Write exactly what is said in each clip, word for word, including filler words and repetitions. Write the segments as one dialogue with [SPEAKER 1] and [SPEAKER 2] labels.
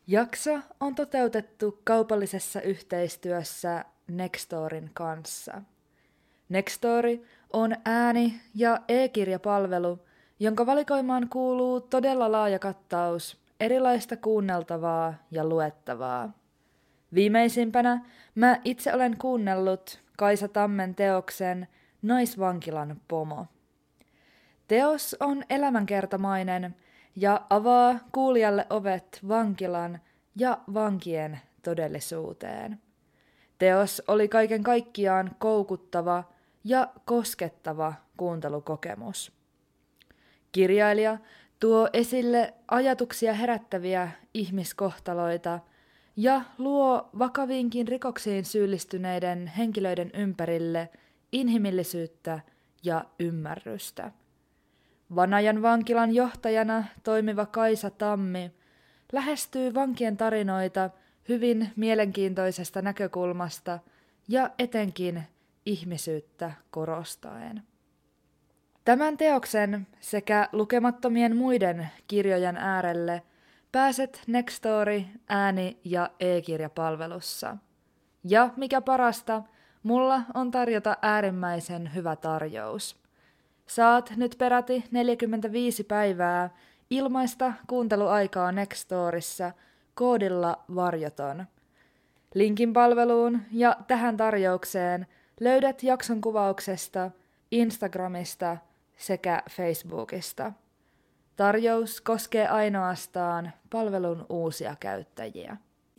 [SPEAKER 1] Jakso on toteutettu kaupallisessa yhteistyössä Nextorin kanssa. Nextory on ääni- ja e-kirjapalvelu, jonka valikoimaan kuuluu todella laaja kattaus erilaista kuunneltavaa ja luettavaa. Viimeisimpänä mä itse olen kuunnellut Kaisa Tammen teoksen Naisvankilan pomo. Teos on elämänkertamainen ja avaa kuulijalle ovet vankilan ja vankien todellisuuteen. Teos oli kaiken kaikkiaan koukuttava ja koskettava kuuntelukokemus. Kirjailija tuo esille ajatuksia herättäviä ihmiskohtaloita ja luo vakaviinkin rikoksiin syyllistyneiden henkilöiden ympärille inhimillisyyttä ja ymmärrystä. Vanajan vankilan johtajana toimiva Kaisa Tammi lähestyy vankien tarinoita hyvin mielenkiintoisesta näkökulmasta ja etenkin ihmisyyttä korostaen. Tämän teoksen sekä lukemattomien muiden kirjojen äärelle pääset Nextory ääni- ja e-kirjapalvelussa. Ja mikä parasta, mulla on tarjota äärimmäisen hyvä tarjous. Saat nyt peräti neljäkymmentäviisi päivää ilmaista kuunteluaikaa Nextorissa koodilla varjoton. Linkin palveluun ja tähän tarjoukseen löydät jakson kuvauksesta, Instagramista sekä Facebookista. Tarjous koskee ainoastaan palvelun uusia käyttäjiä.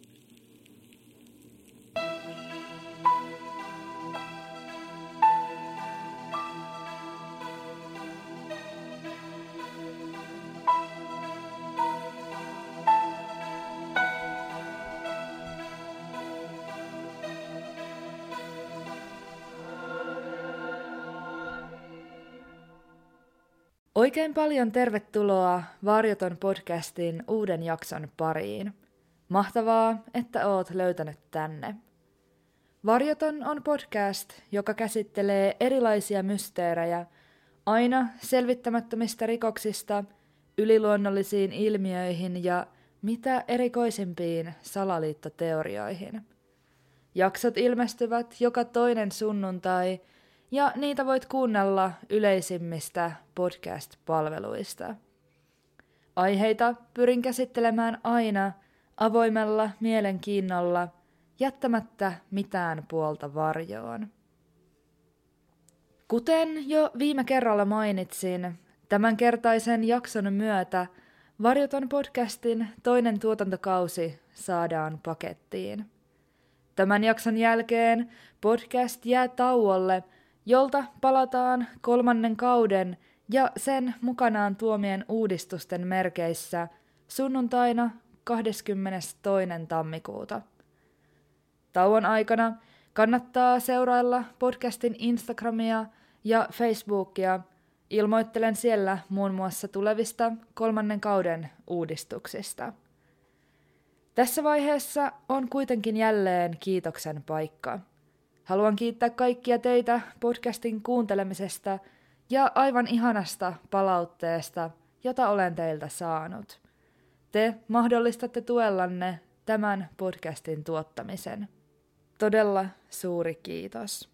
[SPEAKER 1] Oikein paljon tervetuloa Varjoton podcastin uuden jakson pariin. Mahtavaa, että oot löytänyt tänne. Varjoton on podcast, joka käsittelee erilaisia mysteerejä, aina selvittämättömistä rikoksista, yliluonnollisiin ilmiöihin ja mitä erikoisimpiin salaliittoteorioihin. Jaksot ilmestyvät joka toinen sunnuntai, ja niitä voit kuunnella yleisimmistä podcast-palveluista. Aiheita pyrin käsittelemään aina avoimella mielenkiinnolla, jättämättä mitään puolta varjoon. Kuten jo viime kerralla mainitsin, tämänkertaisen jakson myötä Varjoton podcastin toinen tuotantokausi saadaan pakettiin. Tämän jakson jälkeen podcast jää tauolle, jolta palataan kolmannen kauden ja sen mukanaan tuomien uudistusten merkeissä sunnuntaina kahdeskymmenestoinen tammikuuta. Tauon aikana kannattaa seurailla podcastin Instagramia ja Facebookia. Ilmoittelen siellä muun muassa tulevista kolmannen kauden uudistuksista. Tässä vaiheessa on kuitenkin jälleen kiitoksen paikka. Haluan kiittää kaikkia teitä podcastin kuuntelemisesta ja aivan ihanasta palautteesta, jota olen teiltä saanut. Te mahdollistatte tuellanne tämän podcastin tuottamisen. Todella suuri kiitos.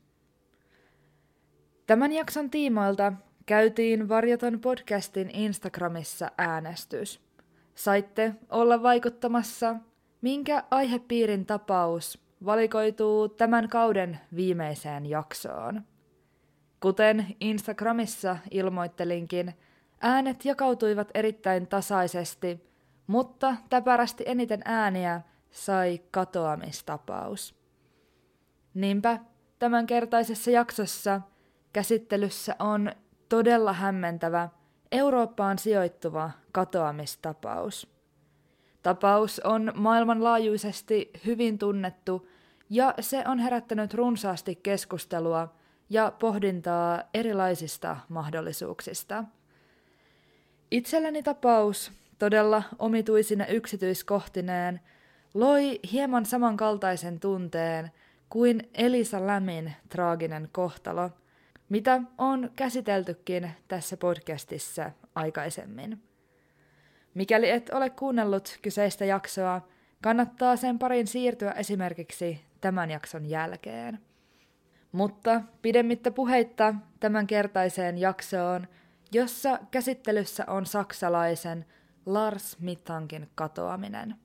[SPEAKER 1] Tämän jakson tiimoilta käytiin Varjoton podcastin Instagramissa äänestys. Saitte olla vaikuttamassa, minkä aihepiirin tapaus valikoituu tämän kauden viimeiseen jaksoon. Kuten Instagramissa ilmoittelinkin, äänet jakautuivat erittäin tasaisesti, mutta täpärästi eniten ääniä sai katoamistapaus. Niinpä tämänkertaisessa jaksossa käsittelyssä on todella hämmentävä Eurooppaan sijoittuva katoamistapaus. Tapaus on maailmanlaajuisesti hyvin tunnettu ja se on herättänyt runsaasti keskustelua ja pohdintaa erilaisista mahdollisuuksista. Itselleni tapaus todella omituisine yksityiskohtineen loi hieman samankaltaisen tunteen kuin Elisa Lamin traaginen kohtalo, mitä on käsiteltykin tässä podcastissa aikaisemmin. Mikäli et ole kuunnellut kyseistä jaksoa, kannattaa sen parin siirtyä esimerkiksi tämän jakson jälkeen. Mutta pidemmittä puheitta tämänkertaiseen jaksoon, jossa käsittelyssä on saksalaisen Lars Mittankin katoaminen.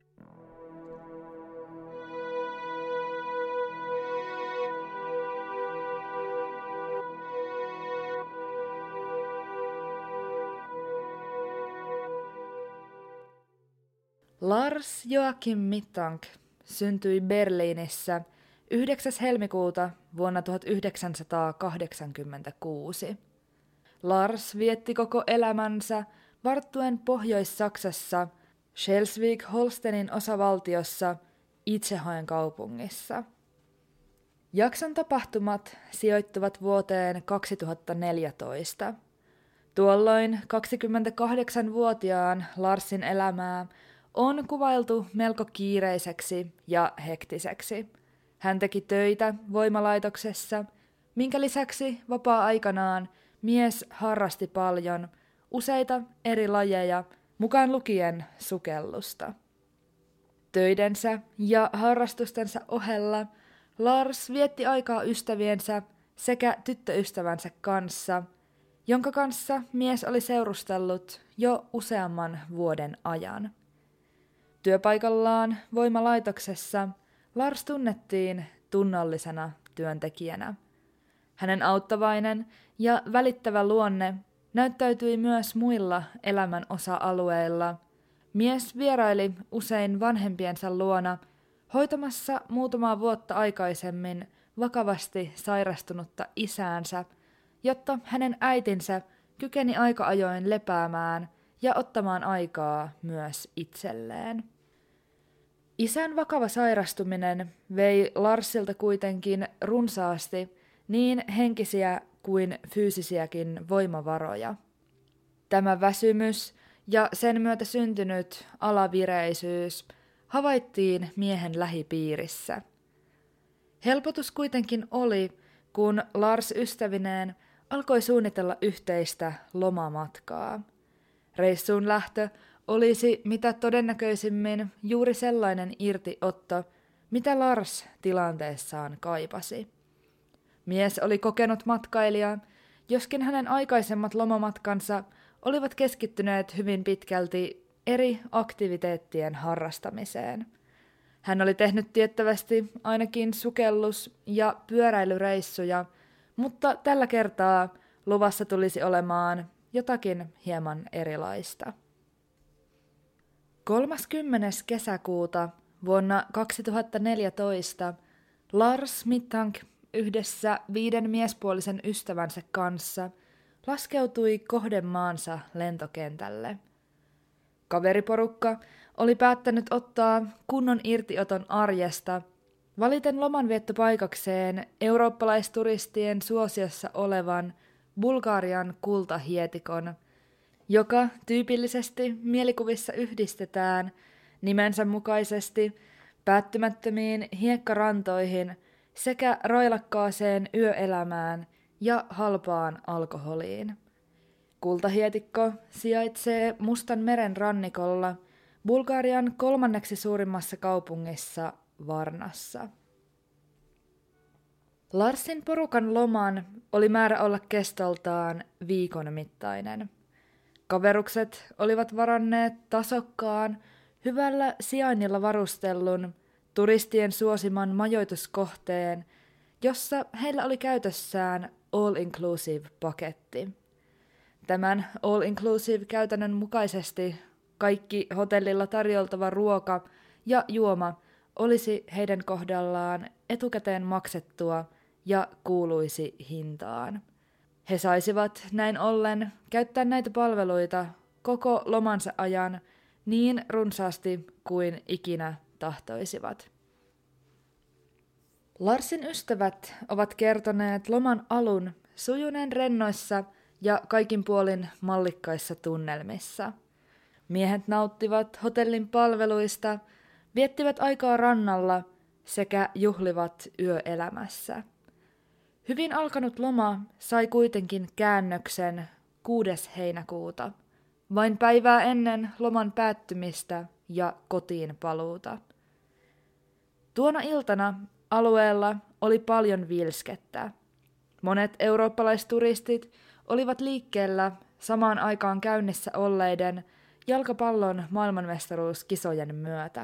[SPEAKER 1] Lars Joachim Mittank syntyi Berliinissä yhdeksäs helmikuuta vuonna tuhatyhdeksänsataakahdeksankymmentäkuusi. Lars vietti koko elämänsä varttuen Pohjois-Saksassa, Schleswig-Holsteinin osavaltiossa, Itzehoen kaupungissa. Jakson tapahtumat sijoittuvat vuoteen kaksituhattaneljätoista. Tuolloin kaksikymmentäkahdeksanvuotiaan Larsin elämää on kuvailtu melko kiireiseksi ja hektiseksi. Hän teki töitä voimalaitoksessa, minkä lisäksi vapaa-aikanaan mies harrasti paljon useita eri lajeja, mukaan lukien sukellusta. Töidensä ja harrastustensa ohella Lars vietti aikaa ystäviensä sekä tyttöystävänsä kanssa, jonka kanssa mies oli seurustellut jo useamman vuoden ajan. Työpaikallaan voimalaitoksessa Lars tunnettiin tunnollisena työntekijänä. Hänen auttavainen ja välittävä luonne näyttäytyi myös muilla elämän osa-alueilla. Mies vieraili usein vanhempiensa luona hoitamassa muutamaa vuotta aikaisemmin vakavasti sairastunutta isäänsä, jotta hänen äitinsä kykeni aika ajoin lepäämään ja ottamaan aikaa myös itselleen. Isän vakava sairastuminen vei Larsilta kuitenkin runsaasti niin henkisiä kuin fyysisiäkin voimavaroja. Tämä väsymys ja sen myötä syntynyt alavireisyys havaittiin miehen lähipiirissä. Helpotus kuitenkin oli, kun Lars ystävineen alkoi suunnitella yhteistä lomamatkaa. Reissuun lähtö olisi mitä todennäköisimmin juuri sellainen irtiotto, mitä Lars tilanteessaan kaipasi. Mies oli kokenut matkailija, joskin hänen aikaisemmat lomamatkansa olivat keskittyneet hyvin pitkälti eri aktiviteettien harrastamiseen. Hän oli tehnyt tiettävästi ainakin sukellus- ja pyöräilyreissuja, mutta tällä kertaa luvassa tulisi olemaan jotakin hieman erilaista. kolmaskymmenes kesäkuuta vuonna kaksituhattaneljätoista Lars Mittank yhdessä viiden miespuolisen ystävänsä kanssa laskeutui kohdemaansa lentokentälle. Kaveriporukka oli päättänyt ottaa kunnon irtioton arjesta, valiten lomanviettopaikakseen eurooppalaisturistien suosiossa olevan Bulgarian kultahietikon, joka tyypillisesti mielikuvissa yhdistetään nimensä mukaisesti päättymättömiin hiekkarantoihin sekä railakkaaseen yöelämään ja halpaan alkoholiin. Kultahietikko sijaitsee Mustan meren rannikolla Bulgarian kolmanneksi suurimmassa kaupungissa Varnassa. Larsin porukan loman oli määrä olla kestoltaan viikon mittainen. Kaverukset olivat varanneet tasokkaan, hyvällä sijainnilla varustellun, turistien suosiman majoituskohteen, jossa heillä oli käytössään all-inclusive-paketti. Tämän all-inclusive-käytännön mukaisesti kaikki hotellilla tarjoltava ruoka ja juoma olisi heidän kohdallaan etukäteen maksettua ja kuuluisi hintaan. He saisivat näin ollen käyttää näitä palveluita koko lomansa ajan niin runsaasti kuin ikinä tahtoisivat. Larsin ystävät ovat kertoneet loman alun sujuneen rennoissa ja kaikin puolin mallikkaissa tunnelmissa. Miehet nauttivat hotellin palveluista, viettivät aikaa rannalla sekä juhlivat yöelämässä. Hyvin alkanut loma sai kuitenkin käännöksen kuudes heinäkuuta, vain päivää ennen loman päättymistä ja kotiin paluuta. Tuona iltana alueella oli paljon vilskettä. Monet eurooppalaisturistit olivat liikkeellä samaan aikaan käynnissä olleiden jalkapallon maailmanmestaruuskisojen myötä.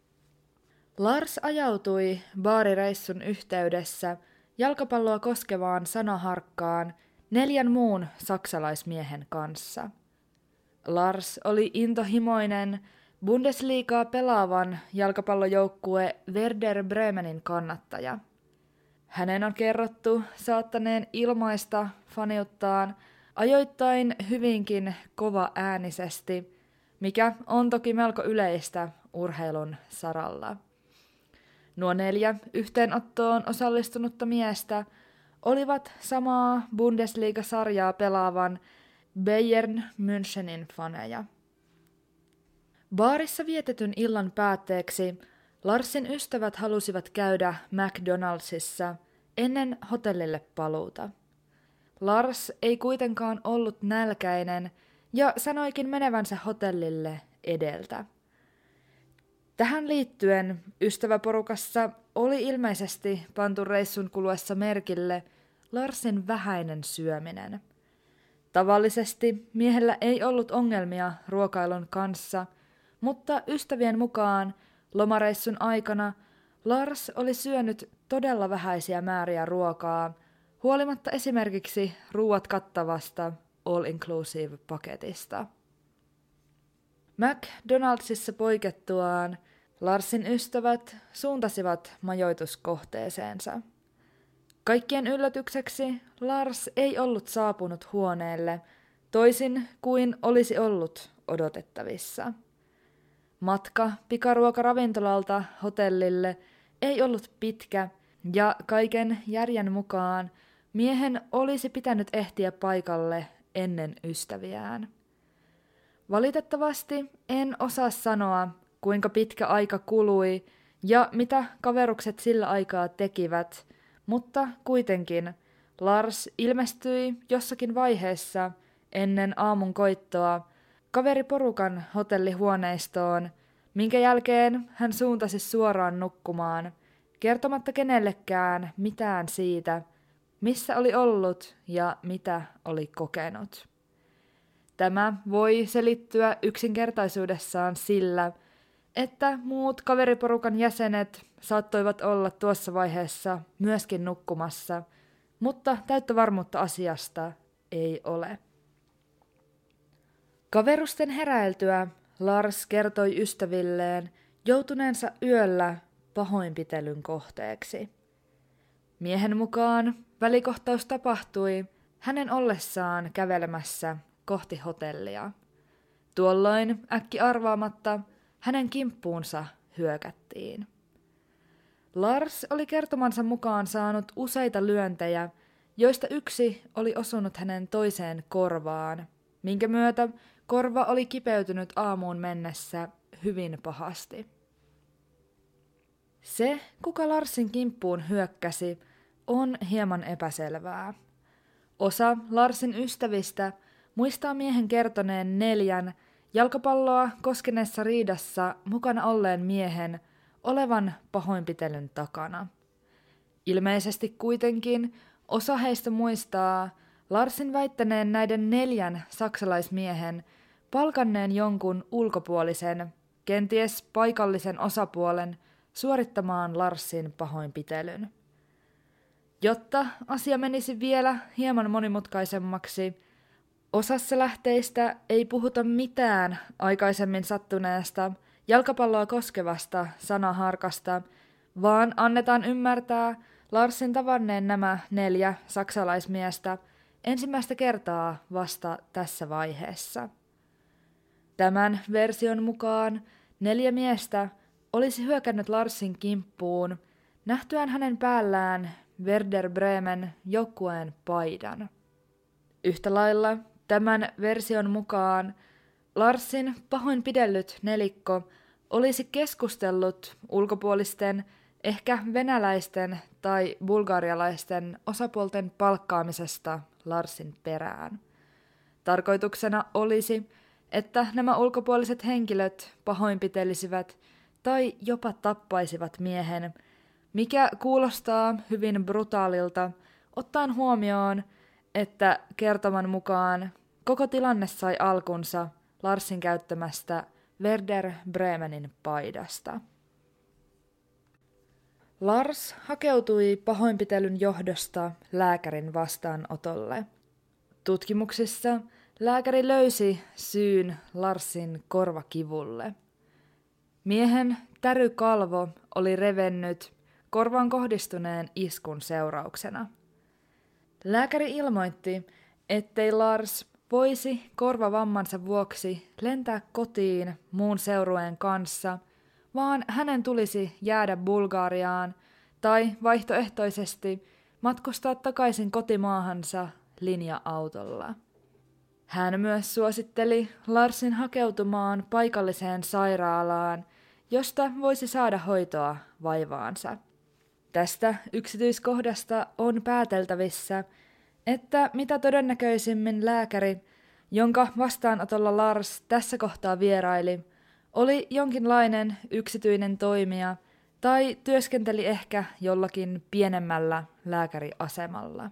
[SPEAKER 1] Lars ajautui baarireissun yhteydessä jalkapalloa koskevaan sanaharkkaan neljän muun saksalaismiehen kanssa. Lars oli intohimoinen Bundesliigaa pelaavan jalkapallojoukkue Werder Bremenin kannattaja. Hänen on kerrottu saattaneen ilmaista faniuttaan ajoittain hyvinkin kova äänisesti, mikä on toki melko yleistä urheilun saralla. Nuo neljä yhteenottoon osallistunutta miestä olivat samaa Bundesliga-sarjaa pelaavan Bayern Münchenin faneja. Baarissa vietetyn illan päätteeksi Larsin ystävät halusivat käydä McDonaldsissa ennen hotellille paluuta. Lars ei kuitenkaan ollut nälkäinen ja sanoikin menevänsä hotellille edeltä. Tähän liittyen ystäväporukassa oli ilmeisesti pantu reissun kuluessa merkille Larsin vähäinen syöminen. Tavallisesti miehellä ei ollut ongelmia ruokailun kanssa, mutta ystävien mukaan lomareissun aikana Lars oli syönyt todella vähäisiä määriä ruokaa, huolimatta esimerkiksi ruuat kattavasta all-inclusive-paketista. McDonaldsissa poikettuaan Larsin ystävät suuntasivat majoituskohteeseensa. Kaikkien yllätykseksi Lars ei ollut saapunut huoneelle, toisin kuin olisi ollut odotettavissa. Matka pikaruokaravintolalta hotellille ei ollut pitkä, ja kaiken järjen mukaan miehen olisi pitänyt ehtiä paikalle ennen ystäviään. Valitettavasti en osaa sanoa, kuinka pitkä aika kului ja mitä kaverukset sillä aikaa tekivät, mutta kuitenkin Lars ilmestyi jossakin vaiheessa ennen aamun koittoa kaveriporukan hotellihuoneistoon, minkä jälkeen hän suuntasi suoraan nukkumaan, kertomatta kenellekään mitään siitä, missä oli ollut ja mitä oli kokenut. Tämä voi selittyä yksinkertaisuudessaan sillä, että muut kaveriporukan jäsenet saattoivat olla tuossa vaiheessa myöskin nukkumassa, mutta täyttä varmuutta asiasta ei ole. Kaverusten heräiltyä Lars kertoi ystävilleen joutuneensa yöllä pahoinpitelyn kohteeksi. Miehen mukaan välikohtaus tapahtui hänen ollessaan kävelemässä kohti hotellia. Tuolloin äkki arvaamatta hänen kimppuunsa hyökättiin. Lars oli kertomansa mukaan saanut useita lyöntejä, joista yksi oli osunut hänen toiseen korvaan, minkä myötä korva oli kipeytynyt aamuun mennessä hyvin pahasti. Se, kuka Larsin kimppuun hyökkäsi, on hieman epäselvää. Osa Larsin ystävistä muistaa miehen kertoneen neljän jalkapalloa koskeneessa riidassa mukana olleen miehen olevan pahoinpitelyn takana. Ilmeisesti kuitenkin osa heistä muistaa Larsin väittäneen näiden neljän saksalaismiehen palkanneen jonkun ulkopuolisen, kenties paikallisen osapuolen suorittamaan Larsin pahoinpitelyn. Jotta asia menisi vielä hieman monimutkaisemmaksi, osassa lähteistä ei puhuta mitään aikaisemmin sattuneesta jalkapalloa koskevasta sanaharkasta, vaan annetaan ymmärtää Larsin tavanneen nämä neljä saksalaismiestä ensimmäistä kertaa vasta tässä vaiheessa. Tämän version mukaan neljä miestä olisi hyökännyt Larsin kimppuun nähtyään hänen päällään Werder Bremen joukkueen paidan. Yhtä lailla tämän version mukaan Larsin pahoinpidellyt nelikko olisi keskustellut ulkopuolisten, ehkä venäläisten tai bulgarialaisten osapuolten palkkaamisesta Larsin perään. Tarkoituksena olisi, että nämä ulkopuoliset henkilöt pahoinpitelisivät tai jopa tappaisivat miehen, mikä kuulostaa hyvin brutaalilta, ottaen huomioon, että kertoman mukaan koko tilanne sai alkunsa Larsin käyttämästä Werder Bremenin paidasta. Lars hakeutui pahoinpitelyn johdosta lääkärin vastaanotolle. Tutkimuksissa lääkäri löysi syyn Larsin korvakivulle. Miehen tärykalvo oli revennyt korvaan kohdistuneen iskun seurauksena. Lääkäri ilmoitti, ettei Lars voisi korvavammansa vuoksi lentää kotiin muun seurueen kanssa, vaan hänen tulisi jäädä Bulgariaan tai vaihtoehtoisesti matkustaa takaisin kotimaahansa linja-autolla. Hän myös suositteli Larsin hakeutumaan paikalliseen sairaalaan, josta voisi saada hoitoa vaivaansa. Tästä yksityiskohdasta on pääteltävissä, että mitä todennäköisimmin lääkäri, jonka vastaanotolla Lars tässä kohtaa vieraili, oli jonkinlainen yksityinen toimija tai työskenteli ehkä jollakin pienemmällä lääkäriasemalla.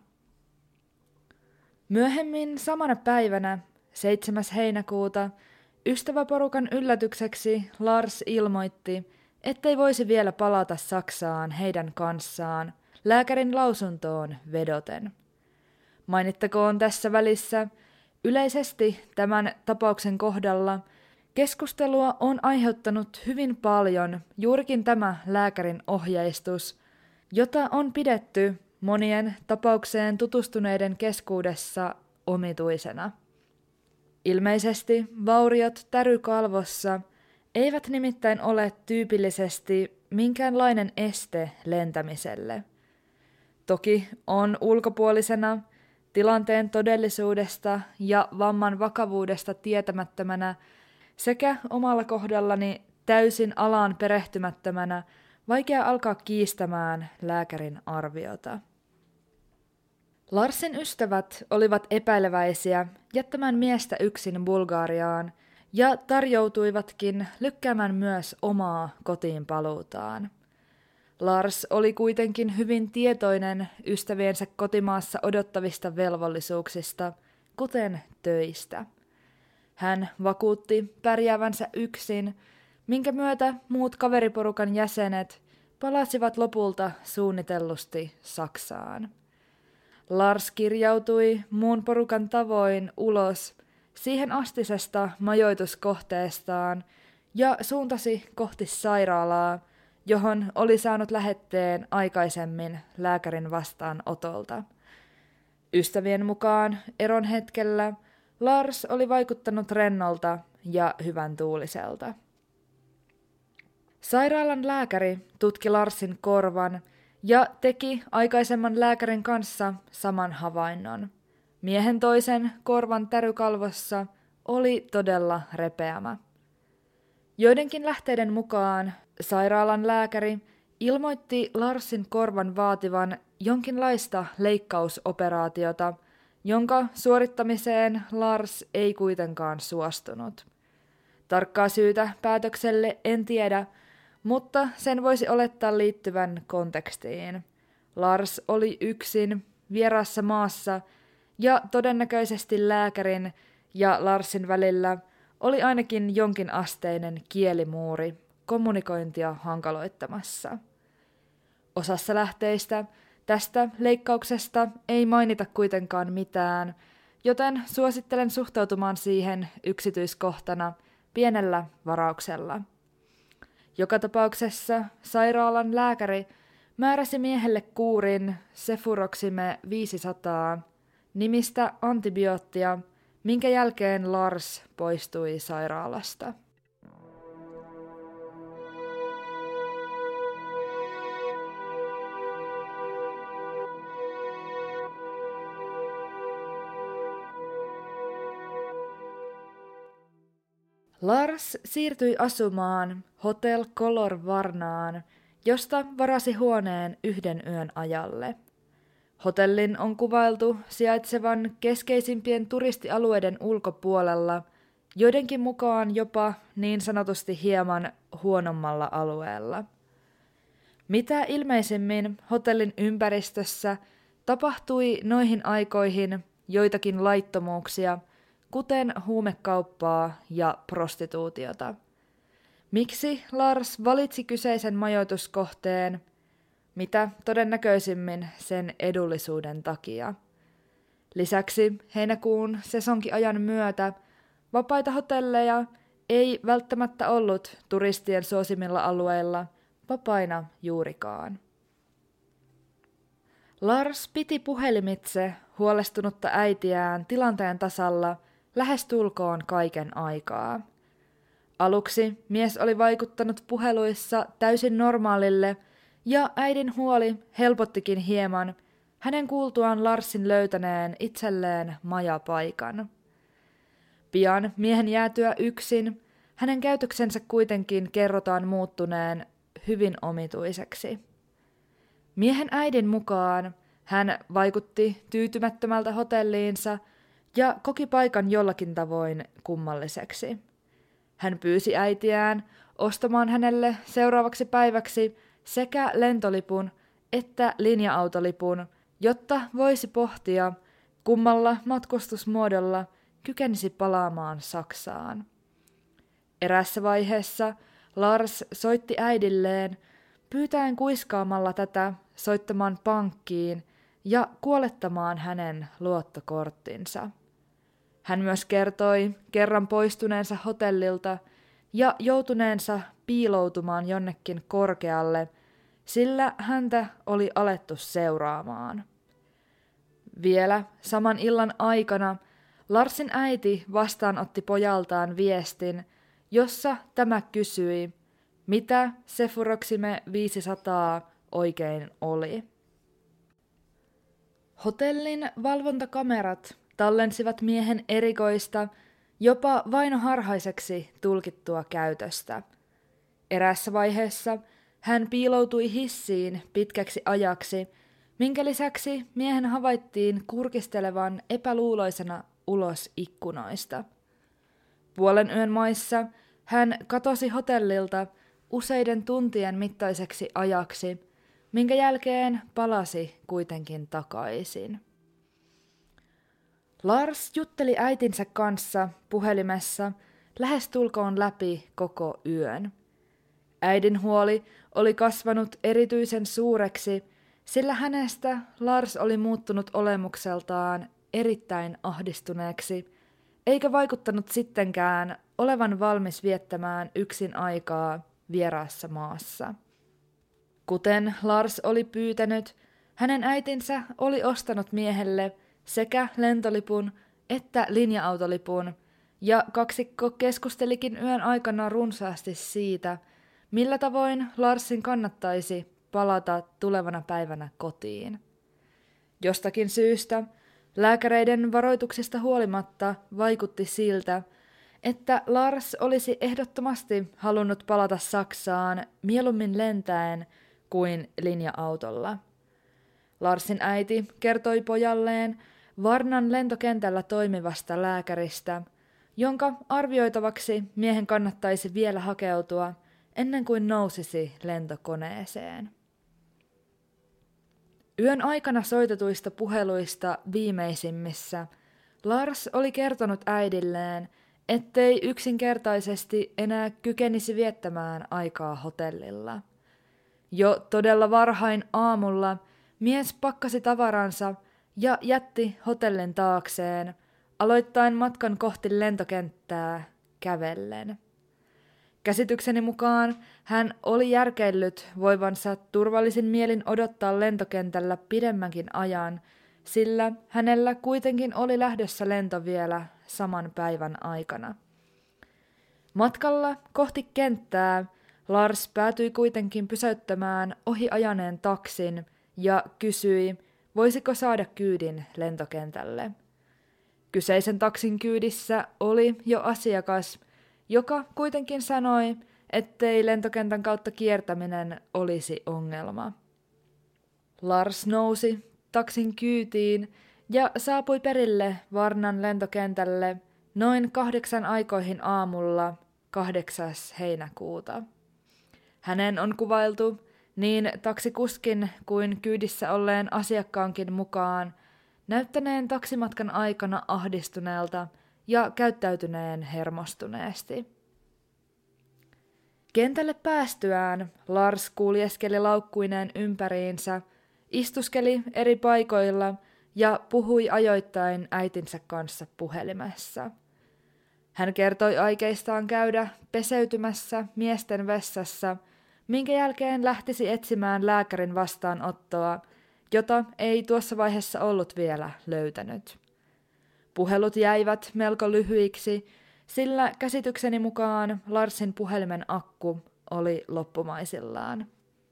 [SPEAKER 1] Myöhemmin samana päivänä, seitsemäs heinäkuuta, ystäväporukan yllätykseksi Lars ilmoitti, ettei voisi vielä palata Saksaan heidän kanssaan lääkärin lausuntoon vedoten. Mainittakoon tässä välissä, yleisesti tämän tapauksen kohdalla keskustelua on aiheuttanut hyvin paljon juurikin tämä lääkärin ohjeistus, jota on pidetty monien tapaukseen tutustuneiden keskuudessa omituisena. Ilmeisesti vauriot tärykalvossa eivät nimittäin ole tyypillisesti minkäänlainen este lentämiselle. Toki on ulkopuolisena, tilanteen todellisuudesta ja vamman vakavuudesta tietämättömänä sekä omalla kohdallani täysin alaan perehtymättömänä vaikea alkaa kiistämään lääkärin arviota. Larsin ystävät olivat epäileväisiä jättämään miestä yksin Bulgariaan ja tarjoutuivatkin lykkäämään myös omaa kotiin paluutaan. Lars oli kuitenkin hyvin tietoinen ystäviensä kotimaassa odottavista velvollisuuksista, kuten töistä. Hän vakuutti pärjäävänsä yksin, minkä myötä muut kaveriporukan jäsenet palasivat lopulta suunnitellusti Saksaan. Lars kirjautui muun porukan tavoin ulos siihen astisesta majoituskohteestaan ja suuntasi kohti sairaalaa, johon oli saanut lähetteen aikaisemmin lääkärin vastaanotolta. Ystävien mukaan eron hetkellä Lars oli vaikuttanut rennolta ja hyvän tuuliselta. Sairaalan lääkäri tutki Larsin korvan ja teki aikaisemman lääkärin kanssa saman havainnon. Miehen toisen korvan tärykalvossa oli todella repeämä. Joidenkin lähteiden mukaan sairaalan lääkäri ilmoitti Larsin korvan vaativan jonkinlaista leikkausoperaatiota, jonka suorittamiseen Lars ei kuitenkaan suostunut. Tarkkaa syytä päätökselle en tiedä, mutta sen voisi olettaa liittyvän kontekstiin. Lars oli yksin vieraassa maassa ja todennäköisesti lääkärin ja Larsin välillä oli ainakin jonkinasteinen kielimuuri kommunikointia hankaloittamassa. Osassa lähteistä tästä leikkauksesta ei mainita kuitenkaan mitään, joten suosittelen suhtautumaan siihen yksityiskohtana pienellä varauksella. Joka tapauksessa sairaalan lääkäri määräsi miehelle kuurin Cefuroxime viisisataa nimistä antibioottia, minkä jälkeen Lars poistui sairaalasta. Lars siirtyi asumaan Hotel Color Varnaan, josta varasi huoneen yhden yön ajalle. Hotellin on kuvailtu sijaitsevan keskeisimpien turistialueiden ulkopuolella joidenkin mukaan jopa niin sanotusti hieman huonommalla alueella. Mitä ilmeisimmin hotellin ympäristössä tapahtui noihin aikoihin joitakin laittomuuksia, kuten huumekauppaa ja prostituutiota. Miksi Lars valitsi kyseisen majoituskohteen? Mitä todennäköisimmin sen edullisuuden takia. Lisäksi heinäkuun sesonkiajan myötä vapaita hotelleja ei välttämättä ollut turistien suosimilla alueilla vapaina juurikaan. Lars piti puhelimitse huolestunutta äitiään tilanteen tasalla lähestulkoon kaiken aikaa. Aluksi mies oli vaikuttanut puheluissa täysin normaalille, ja äidin huoli helpottikin hieman hänen kuultuaan Larsin löytäneen itselleen majapaikan. Pian miehen jäätyä yksin, hänen käytöksensä kuitenkin kerrotaan muuttuneen hyvin omituiseksi. Miehen äidin mukaan hän vaikutti tyytymättömältä hotelliinsa ja koki paikan jollakin tavoin kummalliseksi. Hän pyysi äitiään ostamaan hänelle seuraavaksi päiväksi sekä lentolipun että linja-autolipun, jotta voisi pohtia, kummalla matkustusmuodolla kykenisi palaamaan Saksaan. Erässä vaiheessa Lars soitti äidilleen, pyytäen kuiskaamalla tätä soittamaan pankkiin ja kuolettamaan hänen luottokorttinsa. Hän myös kertoi kerran poistuneensa hotellilta ja joutuneensa piiloutumaan jonnekin korkealle, sillä häntä oli alettu seuraamaan. Vielä saman illan aikana Larsin äiti vastaanotti pojaltaan viestin, jossa tämä kysyi, mitä Cefuroxime viisisataa oikein oli. Hotellin valvontakamerat tallensivat miehen erikoista, jopa vainoharhaiseksi tulkittua käytöstä. Eräässä vaiheessa hän piiloutui hissiin pitkäksi ajaksi, minkä lisäksi miehen havaittiin kurkistelevan epäluuloisena ulos ikkunoista. Puolen yön maissa hän katosi hotellilta useiden tuntien mittaiseksi ajaksi, minkä jälkeen palasi kuitenkin takaisin. Lars jutteli äitinsä kanssa puhelimessa lähestulkoon läpi koko yön. Äidin huoli oli kasvanut erityisen suureksi, sillä hänestä Lars oli muuttunut olemukseltaan erittäin ahdistuneeksi, eikä vaikuttanut sittenkään olevan valmis viettämään yksin aikaa vieraassa maassa. Kuten Lars oli pyytänyt, hänen äitinsä oli ostanut miehelle sekä lentolipun että linja-autolipun, ja kaksikko keskustelikin yön aikana runsaasti siitä, millä tavoin Larsin kannattaisi palata tulevana päivänä kotiin. Jostakin syystä lääkäreiden varoituksista huolimatta vaikutti siltä, että Lars olisi ehdottomasti halunnut palata Saksaan mieluummin lentäen kuin linja-autolla. Larsin äiti kertoi pojalleen Varnan lentokentällä toimivasta lääkäristä, jonka arvioitavaksi miehen kannattaisi vielä hakeutua ennen kuin nousisi lentokoneeseen. Yön aikana soitetuista puheluista viimeisimmissä Lars oli kertonut äidilleen, ettei yksinkertaisesti enää kykenisi viettämään aikaa hotellilla. Jo todella varhain aamulla mies pakkasi tavaransa ja jätti hotellin taakseen, aloittaen matkan kohti lentokenttää kävellen. Käsitykseni mukaan hän oli järkeillyt voivansa turvallisin mielin odottaa lentokentällä pidemmänkin ajan, sillä hänellä kuitenkin oli lähdössä lento vielä saman päivän aikana. Matkalla kohti kenttää Lars päätyi kuitenkin pysäyttämään ohi ajaneen taksin ja kysyi, voisiko saada kyydin lentokentälle. Kyseisen taksin kyydissä oli jo asiakas, joka kuitenkin sanoi, ettei lentokentän kautta kiertäminen olisi ongelma. Lars nousi taksin kyytiin ja saapui perille Varnan lentokentälle noin kahdeksan aikoihin aamulla kahdeksas heinäkuuta. Hänen on kuvailtu niin taksikuskin kuin kyydissä olleen asiakkaankin mukaan näyttäneen taksimatkan aikana ahdistuneelta ja käyttäytyneen hermostuneesti. Kentälle päästyään Lars kuljeskeli laukkuineen ympäriinsä, istuskeli eri paikoilla ja puhui ajoittain äitinsä kanssa puhelimessa. Hän kertoi aikeistaan käydä peseytymässä miesten vessassa, minkä jälkeen lähtisi etsimään lääkärin vastaanottoa, jota ei tuossa vaiheessa ollut vielä löytänyt. Puhelut jäivät melko lyhyiksi, sillä käsitykseni mukaan Larsin puhelimen akku oli loppumaisillaan.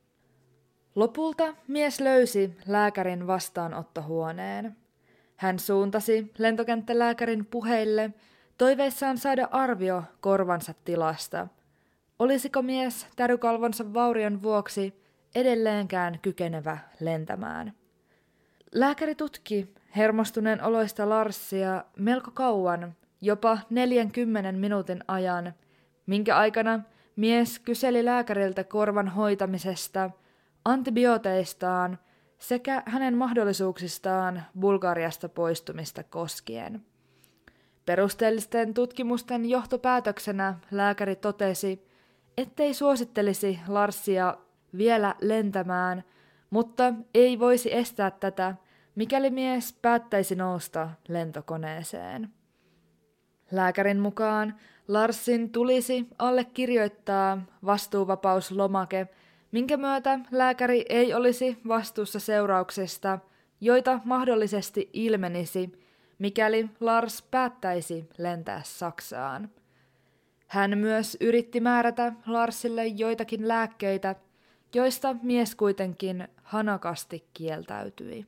[SPEAKER 1] Lopulta mies löysi lääkärin vastaanottohuoneen. Hän suuntasi lentokenttälääkärin puheille toiveissaan saada arvio korvansa tilasta. Olisiko mies tärykalvonsa vaurion vuoksi edelleenkään kykenevä lentämään? Lääkäri tutki hermostuneen oloista Larsia melko kauan, jopa neljänkymmenen minuutin ajan, minkä aikana mies kyseli lääkäriltä korvan hoitamisesta, antibiooteistaan sekä hänen mahdollisuuksistaan Bulgariasta poistumista koskien. Perusteellisten tutkimusten johtopäätöksenä lääkäri totesi, ettei suosittelisi Larsia vielä lentämään, mutta ei voisi estää tätä, mikäli mies päättäisi nousta lentokoneeseen. Lääkärin mukaan Larsin tulisi allekirjoittaa vastuuvapauslomake, minkä myötä lääkäri ei olisi vastuussa seurauksista, joita mahdollisesti ilmenisi, mikäli Lars päättäisi lentää Saksaan. Hän myös yritti määrätä Larsille joitakin lääkkeitä, joista mies kuitenkin hanakasti kieltäytyi.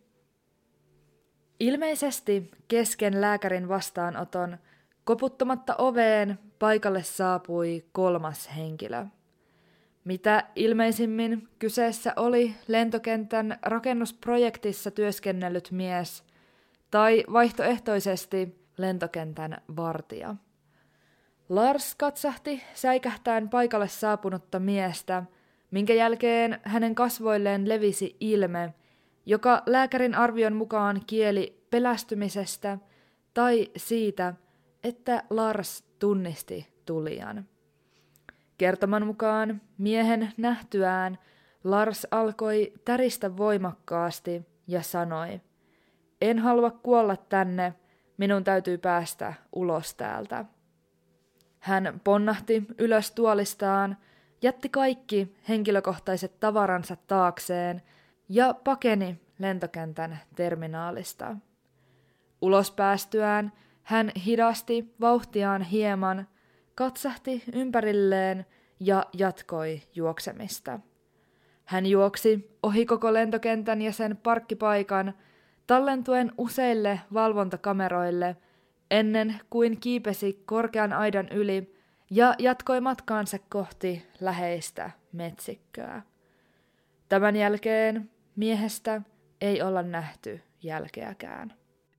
[SPEAKER 1] Ilmeisesti kesken lääkärin vastaanoton koputtamatta oveen paikalle saapui kolmas henkilö. Mitä ilmeisimmin kyseessä oli lentokentän rakennusprojektissa työskennellyt mies tai vaihtoehtoisesti lentokentän vartija. Lars katsahti säikähtäen paikalle saapunutta miestä, minkä jälkeen hänen kasvoilleen levisi ilme, joka lääkärin arvion mukaan kieli pelästymisestä tai siitä, että Lars tunnisti tulijan. Kertoman mukaan miehen nähtyään Lars alkoi täristä voimakkaasti ja sanoi, en halua kuolla tänne, minun täytyy päästä ulos täältä. Hän ponnahti ylös tuolistaan, jätti kaikki henkilökohtaiset tavaransa taakseen ja pakeni lentokentän terminaalista. Ulos päästyään hän hidasti vauhtiaan hieman, katsahti ympärilleen ja jatkoi juoksemista. Hän juoksi ohi koko lentokentän ja sen parkkipaikan, tallentuen useille valvontakameroille, ennen kuin kiipesi korkean aidan yli ja jatkoi matkaansa kohti läheistä metsikköä. Tämän jälkeen miehestä ei olla nähty jälkeäkään.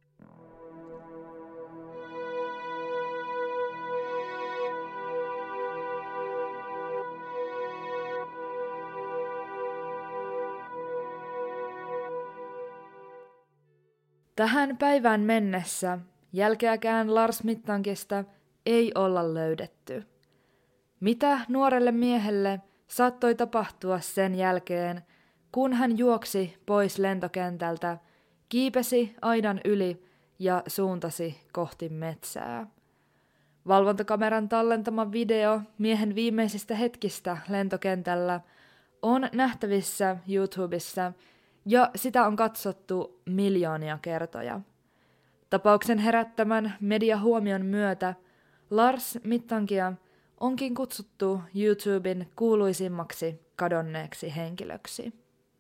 [SPEAKER 1] Tähän päivään mennessä jälkeäkään Lars Mittankista ei olla löydetty. Mitä nuorelle miehelle saattoi tapahtua sen jälkeen, kun hän juoksi pois lentokentältä, kiipesi aidan yli ja suuntasi kohti metsää? Valvontakameran tallentama video miehen viimeisistä hetkistä lentokentällä on nähtävissä YouTubessa ja sitä on katsottu miljoonia kertoja. Tapauksen herättämän mediahuomion myötä Lars Mittankia onkin kutsuttu YouTuben kuuluisimmaksi kadonneeksi henkilöksi.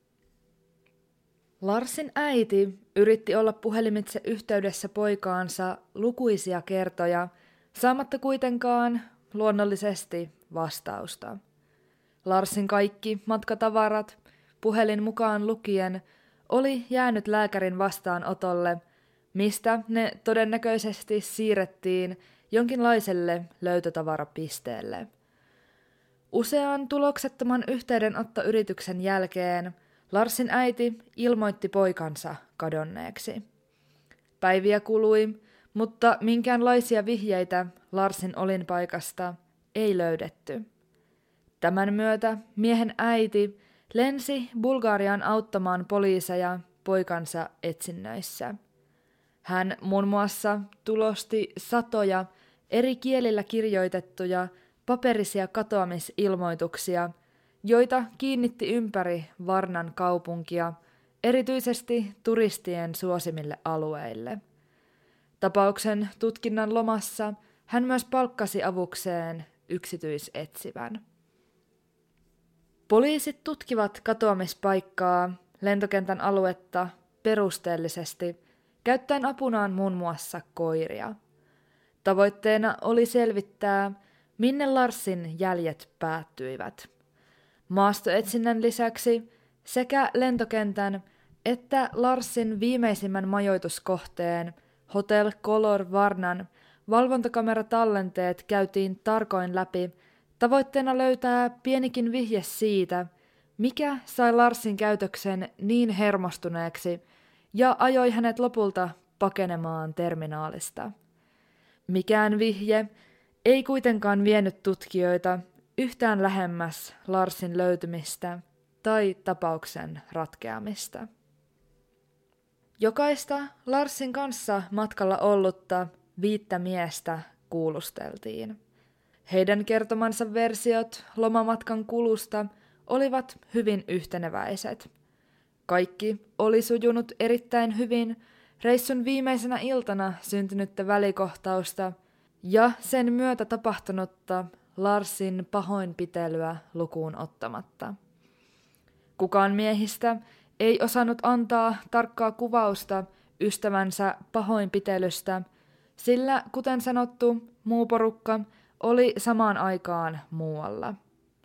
[SPEAKER 1] Larsin äiti yritti olla puhelimitse yhteydessä poikaansa lukuisia kertoja, saamatta kuitenkaan luonnollisesti vastausta. Larsin kaikki matkatavarat, puhelin mukaan lukien, oli jäänyt lääkärin vastaanotolle, mistä ne todennäköisesti siirrettiin jonkinlaiselle löytötavarapisteelle. Usean tuloksettoman yhteydenottoyrityksen jälkeen Larsin äiti ilmoitti poikansa kadonneeksi. Päiviä kului, mutta minkäänlaisia vihjeitä Larsin olinpaikasta ei löydetty. Tämän myötä miehen äiti lensi Bulgariaan auttamaan poliiseja poikansa etsinnöissä. Hän muun muassa tulosti satoja eri kielillä kirjoitettuja paperisia katoamisilmoituksia, joita kiinnitti ympäri Varnan kaupunkia, erityisesti turistien suosimille alueille. Tapauksen tutkinnan lomassa hän myös palkkasi avukseen yksityisetsivän. Poliisit tutkivat katoamispaikkaa, lentokentän aluetta, perusteellisesti, käyttäen apunaan muun muassa koiria. Tavoitteena oli selvittää, minne Larsin jäljet päättyivät. Maastoetsinnän lisäksi sekä lentokentän että Larsin viimeisimmän majoituskohteen Hotel Color Varnan valvontakameratallenteet käytiin tarkoin läpi, tavoitteena löytää pienikin vihje siitä, mikä sai Larsin käytöksen niin hermostuneeksi ja ajoi hänet lopulta pakenemaan terminaalista. Mikään vihje ei kuitenkaan vienyt tutkijoita yhtään lähemmäs Larsin löytymistä tai tapauksen ratkeamista. Jokaista Larsin kanssa matkalla ollutta viittä miestä kuulusteltiin. Heidän kertomansa versiot lomamatkan kulusta olivat hyvin yhteneväiset. Kaikki oli sujunut erittäin hyvin reissun viimeisenä iltana syntynyttä välikohtausta ja sen myötä tapahtunutta Larsin pahoinpitelyä lukuun ottamatta. Kukaan miehistä ei osannut antaa tarkkaa kuvausta ystävänsä pahoinpitelystä, sillä kuten sanottu, muu porukka oli samaan aikaan muualla.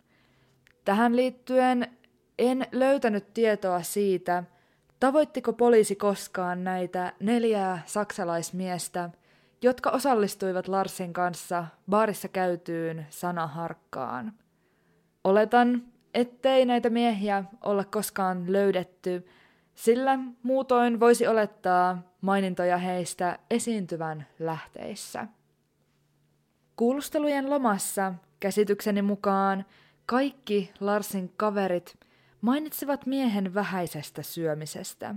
[SPEAKER 1] Tähän liittyen en löytänyt tietoa siitä, tavoittiko poliisi koskaan näitä neljää saksalaismiestä, jotka osallistuivat Larsin kanssa baarissa käytyyn sanaharkkaan. Oletan, ettei näitä miehiä olla koskaan löydetty, sillä muutoin voisi olettaa mainintoja heistä esiintyvän lähteissä. Kuulustelujen lomassa käsitykseni mukaan kaikki Larsin kaverit mainitsivat miehen vähäisestä syömisestä.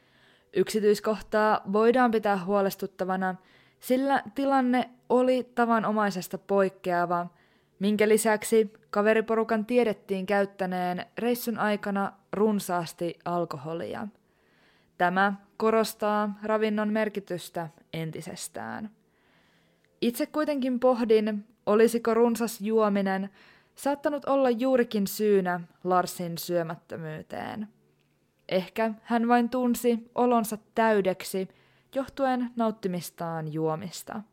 [SPEAKER 1] Yksityiskohtaa voidaan pitää huolestuttavana, sillä tilanne oli tavanomaisesta poikkeava, minkä lisäksi kaveriporukan tiedettiin käyttäneen reissun aikana runsaasti alkoholia. Tämä korostaa ravinnon merkitystä entisestään. Itse kuitenkin pohdin, olisiko runsas juominen saattanut olla juurikin syynä Larsin syömättömyyteen. Ehkä hän vain tunsi olonsa täydeksi johtuen nauttimistaan juomista.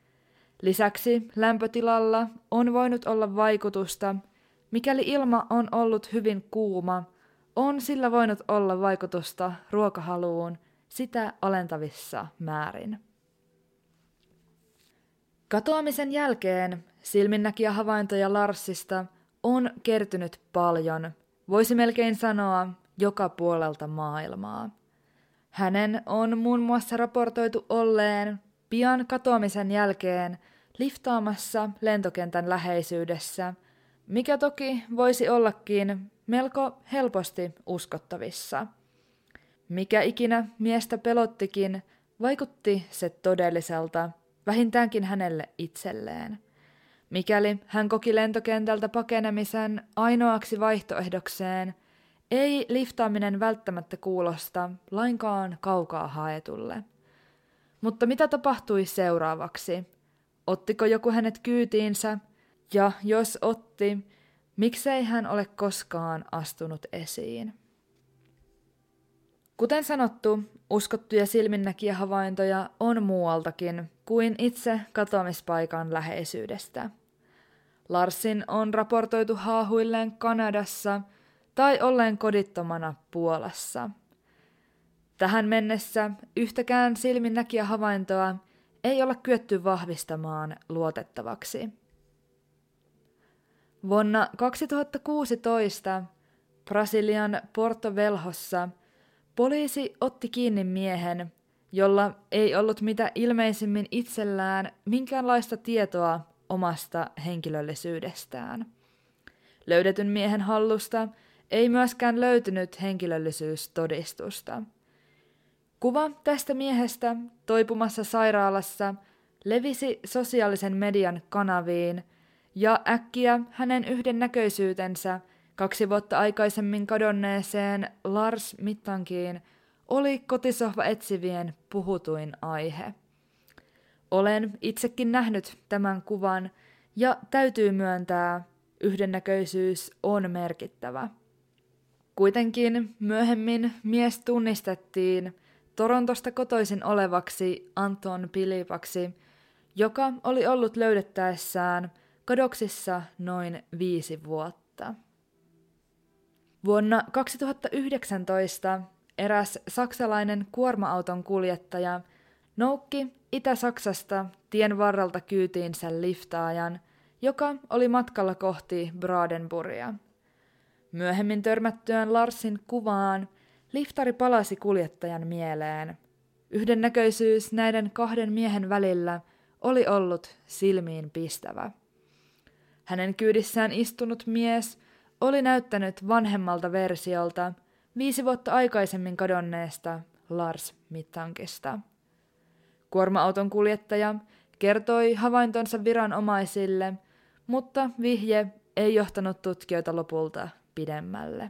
[SPEAKER 1] Lisäksi lämpötilalla on voinut olla vaikutusta, mikäli ilma on ollut hyvin kuuma, on sillä voinut olla vaikutusta ruokahaluun sitä alentavissa määrin. Katoamisen jälkeen silminnäkijähavaintoja Larsista on kertynyt paljon, voisi melkein sanoa joka puolelta maailmaa. Hänen on muun muassa raportoitu olleen pian katoamisen jälkeen liftaamassa lentokentän läheisyydessä, mikä toki voisi ollakin melko helposti uskottavissa. Mikä ikinä miestä pelottikin, vaikutti se todelliselta, vähintäänkin hänelle itselleen. Mikäli hän koki lentokentältä pakenemisen ainoaksi vaihtoehdokseen, ei liftaaminen välttämättä kuulosta lainkaan kaukaa haetulle. Mutta mitä tapahtui seuraavaksi? Ottiko joku hänet kyytiinsä? Ja jos otti, miksei hän ole koskaan astunut esiin? Kuten sanottu, uskottuja silminnäkijähavaintoja on muualtakin kuin itse katoamispaikan läheisyydestä. Larsin on raportoitu haahuilleen Kanadassa tai olleen kodittomana Puolassa. Tähän mennessä yhtäkään silminnäkijähavaintoa ei olla kyetty vahvistamaan luotettavaksi. Vuonna kaksituhattakuusitoista Brasilian Porto Velhossa poliisi otti kiinni miehen, jolla ei ollut mitä ilmeisimmin itsellään minkäänlaista tietoa omasta henkilöllisyydestään. Löydetyn miehen hallusta ei myöskään löytynyt henkilöllisyystodistusta. Kuva tästä miehestä toipumassa sairaalassa levisi sosiaalisen median kanaviin, ja äkkiä hänen yhdennäköisyytensä kaksi vuotta aikaisemmin kadonneeseen Lars Mittankiin oli kotisohva etsivien puhutuin aihe. Olen itsekin nähnyt tämän kuvan, ja täytyy myöntää, yhdennäköisyys on merkittävä. Kuitenkin myöhemmin mies tunnistettiin Torontosta kotoisin olevaksi Anton Pilipaksi, joka oli ollut löydettäessään kadoksissa noin viisi vuotta. Vuonna kaksituhattayhdeksäntoista eräs saksalainen kuorma-auton kuljettaja noukki Itä-Saksasta tien varrelta kyytiinsä liftaajan, joka oli matkalla kohti Brandenburgia. Myöhemmin törmättyään Larsin kuvaan liftari palasi kuljettajan mieleen. Yhdennäköisyys näiden kahden miehen välillä oli ollut silmiin pistävä. Hänen kyydissään istunut mies oli näyttänyt vanhemmalta versiolta viisi vuotta aikaisemmin kadonneesta Lars Mittankista. Kuorma-auton kuljettaja kertoi havaintonsa viranomaisille, mutta vihje ei johtanut tutkijoita lopulta pidemmälle.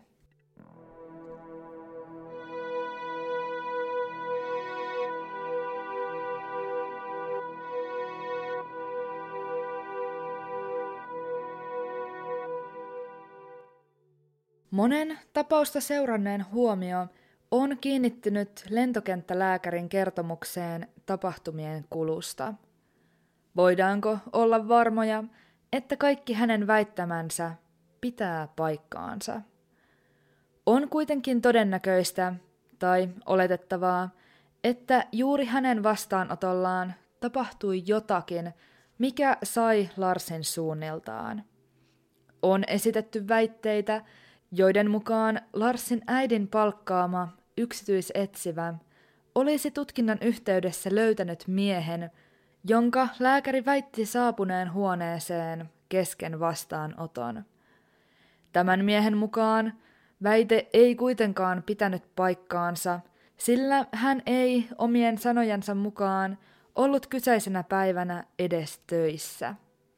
[SPEAKER 1] Monen tapausta seuranneen huomio on kiinnittynyt lentokenttälääkärin kertomukseen tapahtumien kulusta. Voidaanko olla varmoja, että kaikki hänen väittämänsä pitää paikkaansa? On kuitenkin todennäköistä tai oletettavaa, että juuri hänen vastaanotollaan tapahtui jotakin, mikä sai Larsin suunniltaan. On esitetty väitteitä, joiden mukaan Larsin äidin palkkaama yksityisetsivä olisi tutkinnan yhteydessä löytänyt miehen, jonka lääkäri väitti saapuneen huoneeseen kesken vastaanoton. Tämän miehen mukaan väite ei kuitenkaan pitänyt paikkaansa, sillä hän ei omien sanojensa mukaan ollut kyseisenä päivänä edes töissä.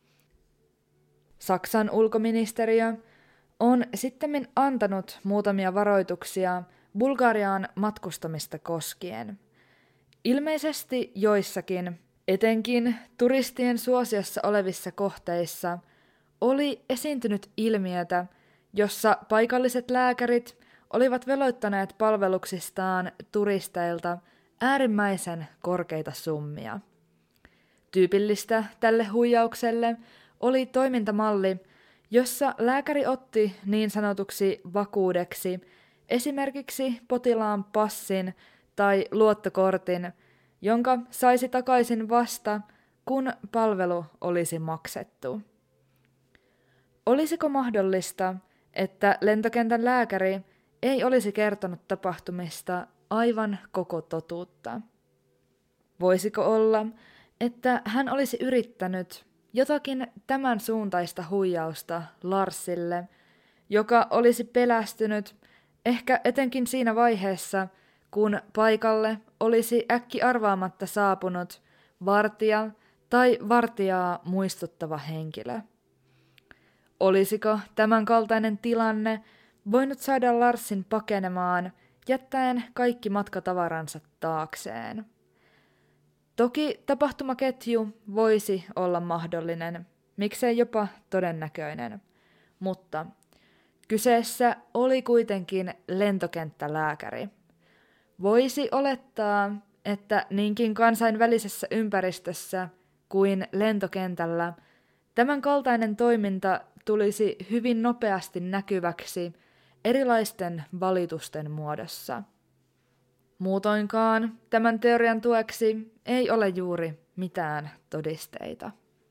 [SPEAKER 1] Saksan ulkoministeriö on sittemmin antanut muutamia varoituksia Bulgariaan matkustamista koskien. Ilmeisesti joissakin, etenkin turistien suosiossa olevissa kohteissa, oli esiintynyt ilmiötä, jossa paikalliset lääkärit olivat veloittaneet palveluksistaan turisteilta äärimmäisen korkeita summia. Tyypillistä tälle huijaukselle oli toimintamalli, jossa lääkäri otti niin sanotuksi vakuudeksi esimerkiksi potilaan passin tai luottokortin, jonka saisi takaisin vasta, kun palvelu olisi maksettu. Olisiko mahdollista, että lentokentän lääkäri ei olisi kertonut tapahtumista aivan koko totuutta? Voisiko olla, että hän olisi yrittänyt jotakin tämän suuntaista huijausta Larsille, joka olisi pelästynyt ehkä etenkin siinä vaiheessa, kun paikalle olisi äkki arvaamatta saapunut vartija tai vartijaa muistuttava henkilö. Olisiko tämän kaltainen tilanne voinut saada Larsin pakenemaan, jättäen kaikki matkatavaransa taakseen? Toki tapahtumaketju voisi olla mahdollinen, miksei jopa todennäköinen, mutta kyseessä oli kuitenkin lentokenttälääkäri. Voisi olettaa, että niinkin kansainvälisessä ympäristössä kuin lentokentällä tämän kaltainen toiminta tulisi hyvin nopeasti näkyväksi erilaisten valitusten muodossa. Muutoinkaan tämän teorian tueksi ei ole juuri mitään todisteita.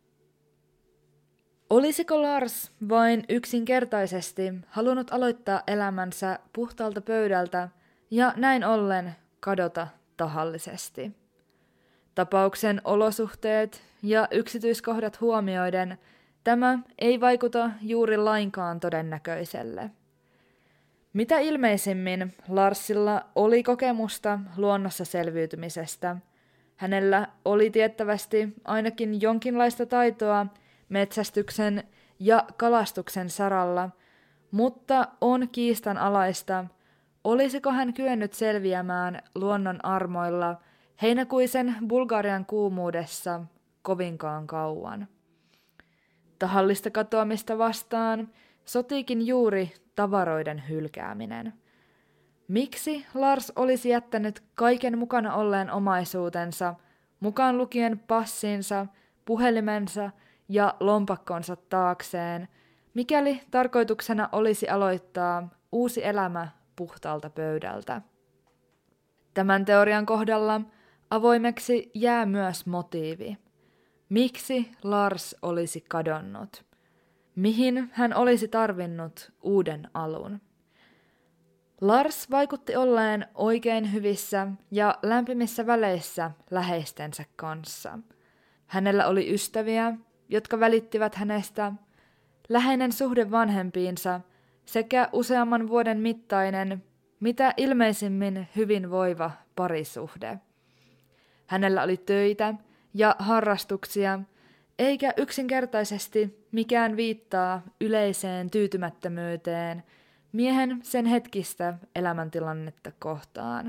[SPEAKER 1] Olisiko Lars vain yksinkertaisesti halunnut aloittaa elämänsä puhtaalta pöydältä ja näin ollen kadota tahallisesti? Tapauksen olosuhteet ja yksityiskohdat huomioiden tämä ei vaikuta juuri lainkaan todennäköiselle. Mitä ilmeisimmin Larsilla oli kokemusta luonnossa selviytymisestä. Hänellä oli tiettävästi ainakin jonkinlaista taitoa metsästyksen ja kalastuksen saralla, mutta on kiistanalaista, olisiko hän kyennyt selviämään luonnon armoilla heinäkuisen Bulgarian kuumuudessa kovinkaan kauan. Tahallista katoamista vastaan sotiikin juuri tavaroiden hylkääminen. Miksi Lars olisi jättänyt kaiken mukana olleen omaisuutensa, mukaan lukien passinsa, puhelimensa ja lompakkonsa taakseen, mikäli tarkoituksena olisi aloittaa uusi elämä puhtaalta pöydältä? Tämän teorian kohdalla avoimeksi jää myös motiivi. Miksi Lars olisi kadonnut? Mihin hän olisi tarvinnut uuden alun? Lars vaikutti olleen oikein hyvissä ja lämpimissä väleissä läheistensä kanssa. Hänellä oli ystäviä, jotka välittivät hänestä, läheinen suhde vanhempiinsa sekä useamman vuoden mittainen, mitä ilmeisimmin hyvinvoiva parisuhde. Hänellä oli töitä ja harrastuksia, eikä yksinkertaisesti mikään viittaa yleiseen tyytymättömyyteen miehen sen hetkistä elämäntilannetta kohtaan.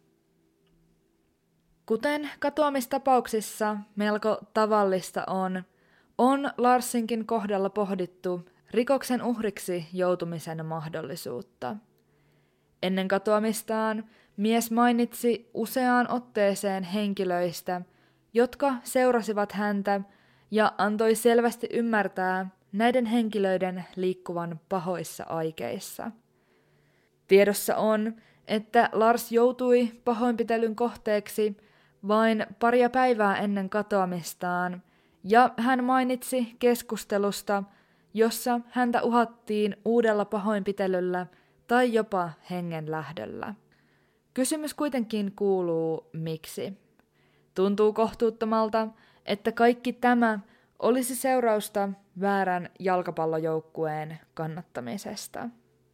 [SPEAKER 1] Kuten katoamistapauksissa melko tavallista on, on Larsinkin kohdalla pohdittu rikoksen uhriksi joutumisen mahdollisuutta. Ennen katoamistaan mies mainitsi useaan otteeseen henkilöistä, jotka seurasivat häntä ja antoi selvästi ymmärtää näiden henkilöiden liikkuvan pahoissa aikeissa. Tiedossa on, että Lars joutui pahoinpitelyn kohteeksi vain paria päivää ennen katoamistaan, ja hän mainitsi keskustelusta, jossa häntä uhattiin uudella pahoinpitelyllä tai jopa hengenlähdöllä. Kysymys kuitenkin kuuluu, miksi? Tuntuu kohtuuttomalta, että kaikki tämä olisi seurausta väärän jalkapallojoukkueen kannattamisesta.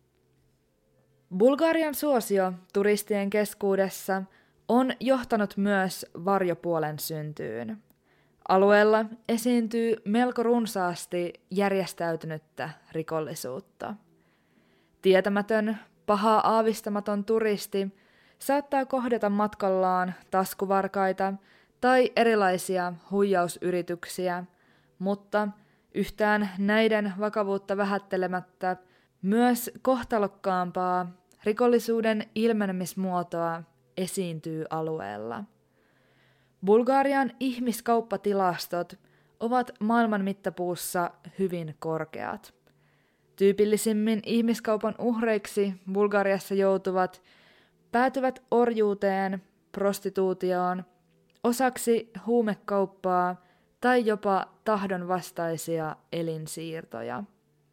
[SPEAKER 1] Bulgarian suosio turistien keskuudessa on johtanut myös varjopuolen syntyyn. Alueella esiintyy melko runsaasti järjestäytynyttä rikollisuutta. Tietämätön, pahaa aavistamaton turisti saattaa kohdata matkallaan taskuvarkaita tai erilaisia huijausyrityksiä, mutta yhtään näiden vakavuutta vähättelemättä myös kohtalokkaampaa rikollisuuden ilmenemismuotoa esiintyy alueella. Bulgarian ihmiskauppatilastot ovat maailman mittapuussa hyvin korkeat. Tyypillisimmin ihmiskaupan uhreiksi Bulgariassa joutuvat päätyvät orjuuteen, prostituutioon, osaksi huumekauppaa tai jopa tahdonvastaisia elinsiirtoja.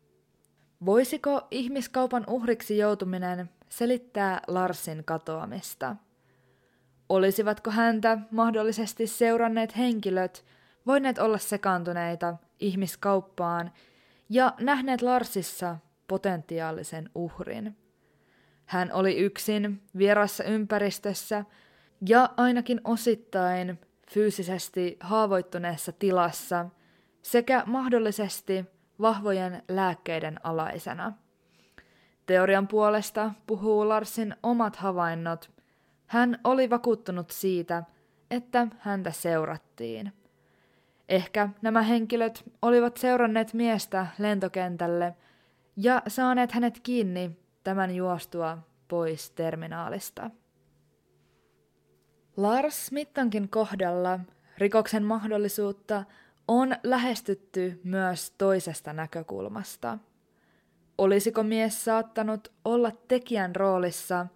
[SPEAKER 1] Voisiko ihmiskaupan uhriksi joutuminen selittää Larsin katoamista? Olisivatko häntä mahdollisesti seuranneet henkilöt voineet olla sekaantuneita ihmiskauppaan ja nähneet Larsissa potentiaalisen uhrin? Hän oli yksin vierassa ympäristössä ja ainakin osittain fyysisesti haavoittuneessa tilassa sekä mahdollisesti vahvojen lääkkeiden alaisena. Teorian puolesta puhuu Larsin omat havainnot. Hän oli vakuuttunut siitä, että häntä seurattiin. Ehkä nämä henkilöt olivat seuranneet miestä lentokentälle ja saaneet hänet kiinni tämän juostua pois terminaalista. Lars Smittankin kohdalla rikoksen mahdollisuutta on lähestytty myös toisesta näkökulmasta. Olisiko mies saattanut olla tekijän roolissa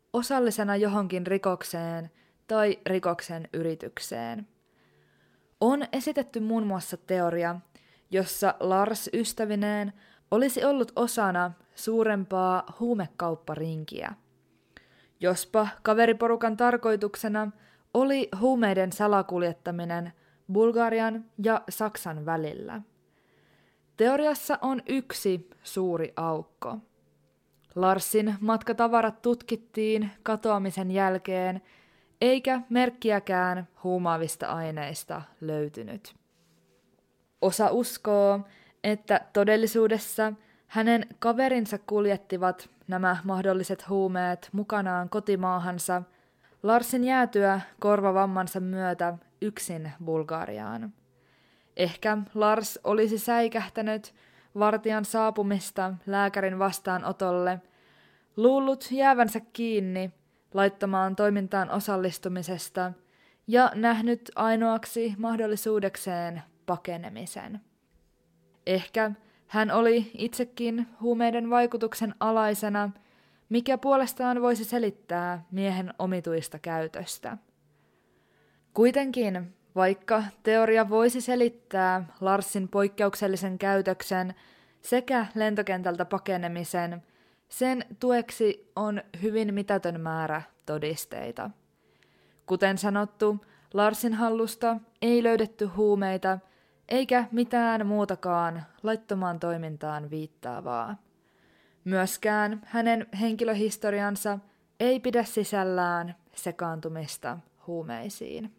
[SPEAKER 1] osallisena johonkin rikokseen tai rikoksen yritykseen. On esitetty muun muassa teoria, jossa Lars ystävineen olisi ollut osana suurempaa huumekaupparinkiä. Jospa kaveriporukan tarkoituksena oli huumeiden salakuljettaminen Bulgarian ja Saksan välillä. Teoriassa on yksi suuri aukko. Larsin matkatavarat tutkittiin katoamisen jälkeen, eikä merkkiäkään huumaavista aineista löytynyt. Osa uskoo, että todellisuudessa hänen kaverinsa kuljettivat nämä mahdolliset huumeet mukanaan kotimaahansa Larsin jäätyä korvavammansa myötä yksin Bulgariaan. Ehkä Lars olisi säikähtänyt vartijan saapumista lääkärin vastaanotolle, luullut jäävänsä kiinni laittamaan toimintaan osallistumisesta ja nähnyt ainoaksi mahdollisuudekseen pakenemisen. Ehkä hän oli itsekin huumeiden vaikutuksen alaisena, mikä puolestaan voisi selittää miehen omituista käytöstä. Kuitenkin, vaikka teoria voisi selittää Larsin poikkeuksellisen käytöksen sekä lentokentältä pakenemisen, sen tueksi on hyvin mitätön määrä todisteita. Kuten sanottu, Larsin hallusta ei löydetty huumeita eikä mitään muutakaan laittomaan toimintaan viittaavaa. Myöskään hänen henkilöhistoriansa ei pidä sisällään sekaantumista huumeisiin.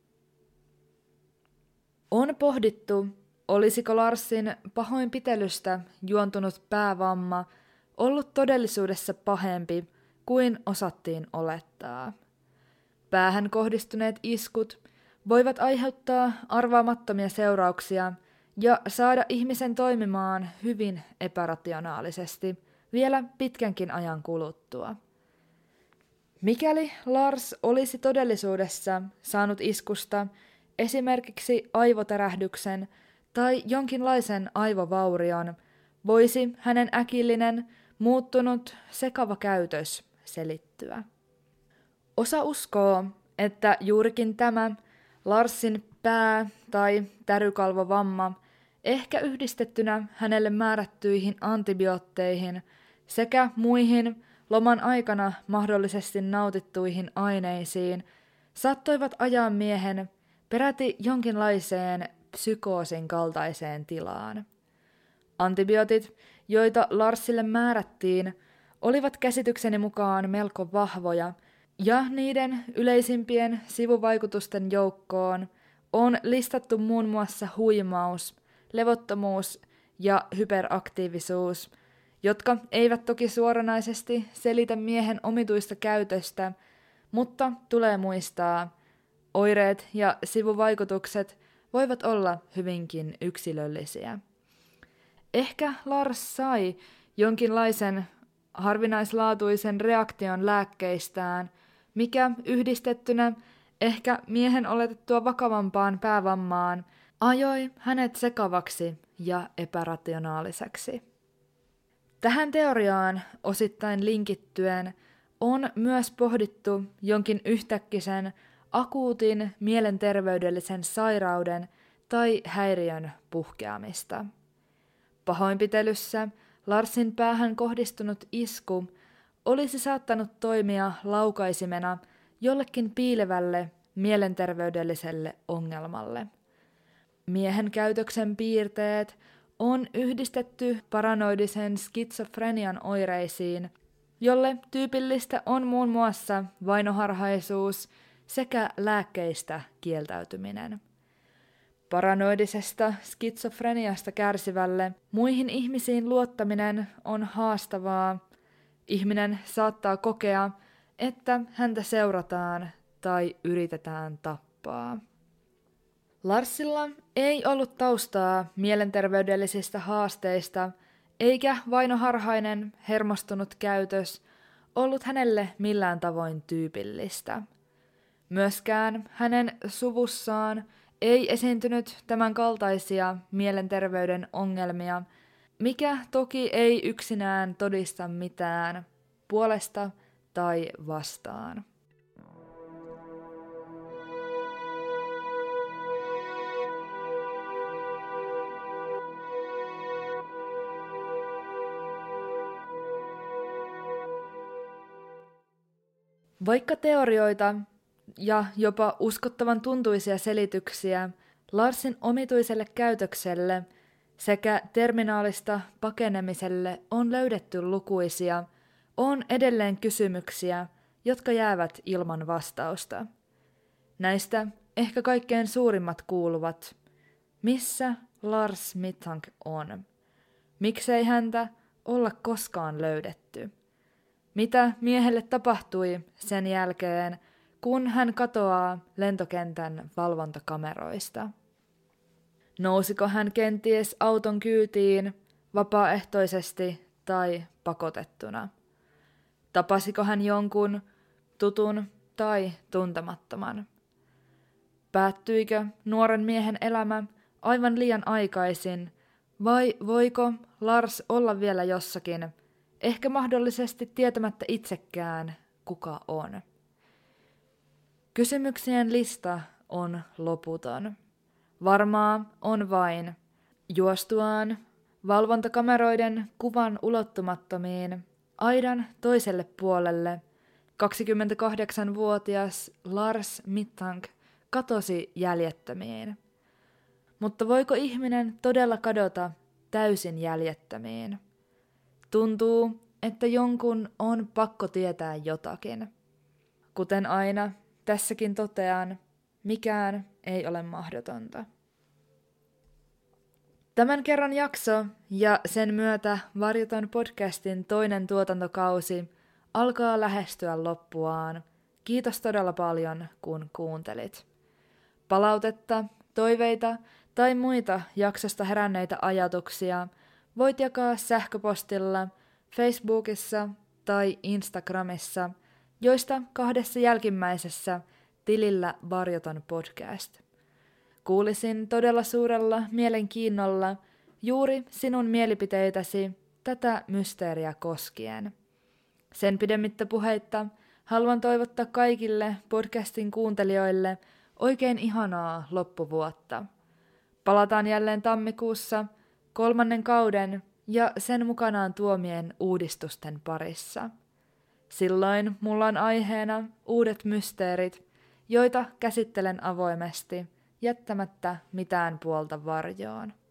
[SPEAKER 1] On pohdittu, olisiko Larsin pahoinpitelystä juontunut päävamma ollut todellisuudessa pahempi kuin osattiin olettaa. Päähän kohdistuneet iskut voivat aiheuttaa arvaamattomia seurauksia ja saada ihmisen toimimaan hyvin epärationaalisesti vielä pitkänkin ajan kuluttua. Mikäli Lars olisi todellisuudessa saanut iskusta esimerkiksi aivotärähdyksen tai jonkinlaisen aivovaurion, voisi hänen äkillinen, muuttunut, sekava käytös selittyä. Osa uskoo, että juurikin tämä Larsin pää- tai tärykalvovamma, ehkä yhdistettynä hänelle määrättyihin antibiootteihin sekä muihin loman aikana mahdollisesti nautittuihin aineisiin, saattoivat ajaa miehen peräti jonkinlaiseen psykoosin kaltaiseen tilaan. Antibiootit, joita Larsille määrättiin, olivat käsitykseni mukaan melko vahvoja, ja niiden yleisimpien sivuvaikutusten joukkoon on listattu muun muassa huimaus, levottomuus ja hyperaktiivisuus, jotka eivät toki suoranaisesti selitä miehen omituista käytöstä, mutta tulee muistaa, oireet ja sivuvaikutukset voivat olla hyvinkin yksilöllisiä. Ehkä Lars sai jonkinlaisen harvinaislaatuisen reaktion lääkkeistään, mikä yhdistettynä ehkä miehen oletettua vakavampaan päävammaan ajoi hänet sekavaksi ja epärationaaliseksi. Tähän teoriaan osittain linkittyen on myös pohdittu jonkin yhtäkkisen akuutin mielenterveydellisen sairauden tai häiriön puhkeamista. Pahoinpitelyssä Larsin päähän kohdistunut isku olisi saattanut toimia laukaisimena jollekin piilevälle mielenterveydelliselle ongelmalle. Miehen käytöksen piirteet on yhdistetty paranoidisen skitsofrenian oireisiin, jolle tyypillistä on muun muassa vainoharhaisuus sekä lääkkeistä kieltäytyminen. Paranoidisesta skitsofreniasta kärsivälle muihin ihmisiin luottaminen on haastavaa. Ihminen saattaa kokea, että häntä seurataan tai yritetään tappaa. Larsilla ei ollut taustaa mielenterveydellisistä haasteista, eikä vainoharhainen, hermostunut käytös ollut hänelle millään tavoin tyypillistä. Myöskään hänen suvussaan ei esiintynyt tämän kaltaisia mielenterveyden ongelmia, mikä toki ei yksinään todista mitään puolesta tai vastaan. Vaikka teorioita ja jopa uskottavan tuntuisia selityksiä Larsin omituiselle käytökselle sekä terminaalista pakenemiselle on löydetty lukuisia, on edelleen kysymyksiä, jotka jäävät ilman vastausta. Näistä ehkä kaikkein suurimmat kuuluvat: missä Lars Mittank on? Miksei häntä olla koskaan löydetty? Mitä miehelle tapahtui sen jälkeen, kun hän katoaa lentokentän valvontakameroista? Nousiko hän kenties auton kyytiin vapaaehtoisesti tai pakotettuna? Tapasiko hän jonkun tutun tai tuntemattoman? Päättyikö nuoren miehen elämä aivan liian aikaisin, vai voiko Lars olla vielä jossakin, ehkä mahdollisesti tietämättä itsekään, kuka on? Kysymyksien lista on loputon. Varmaa on vain juostuaan valvontakameroiden kuvan ulottumattomiin aidan toiselle puolelle kaksikymmentäkahdeksanvuotias Lars Mittank katosi jäljettömiin. Mutta voiko ihminen todella kadota täysin jäljettömiin? Tuntuu, että jonkun on pakko tietää jotakin. Kuten aina, tässäkin totean, mikään ei ole mahdotonta. Tämän kerran jakso ja sen myötä Varjoton podcastin toinen tuotantokausi alkaa lähestyä loppuaan. Kiitos todella paljon, kun kuuntelit. Palautetta, toiveita tai muita jaksosta heränneitä ajatuksia voit jakaa sähköpostilla, Facebookissa tai Instagramissa, joista kahdessa jälkimmäisessä tilillä Varjoton podcast. Kuulisin todella suurella mielenkiinnolla juuri sinun mielipiteitäsi tätä mysteeriä koskien. Sen pidemmittä puheitta haluan toivottaa kaikille podcastin kuuntelijoille oikein ihanaa loppuvuotta. Palataan jälleen tammikuussa kolmannen kauden ja sen mukanaan tuomien uudistusten parissa. Silloin mulla on aiheena uudet mysteerit, joita käsittelen avoimesti, jättämättä mitään puolta varjoon.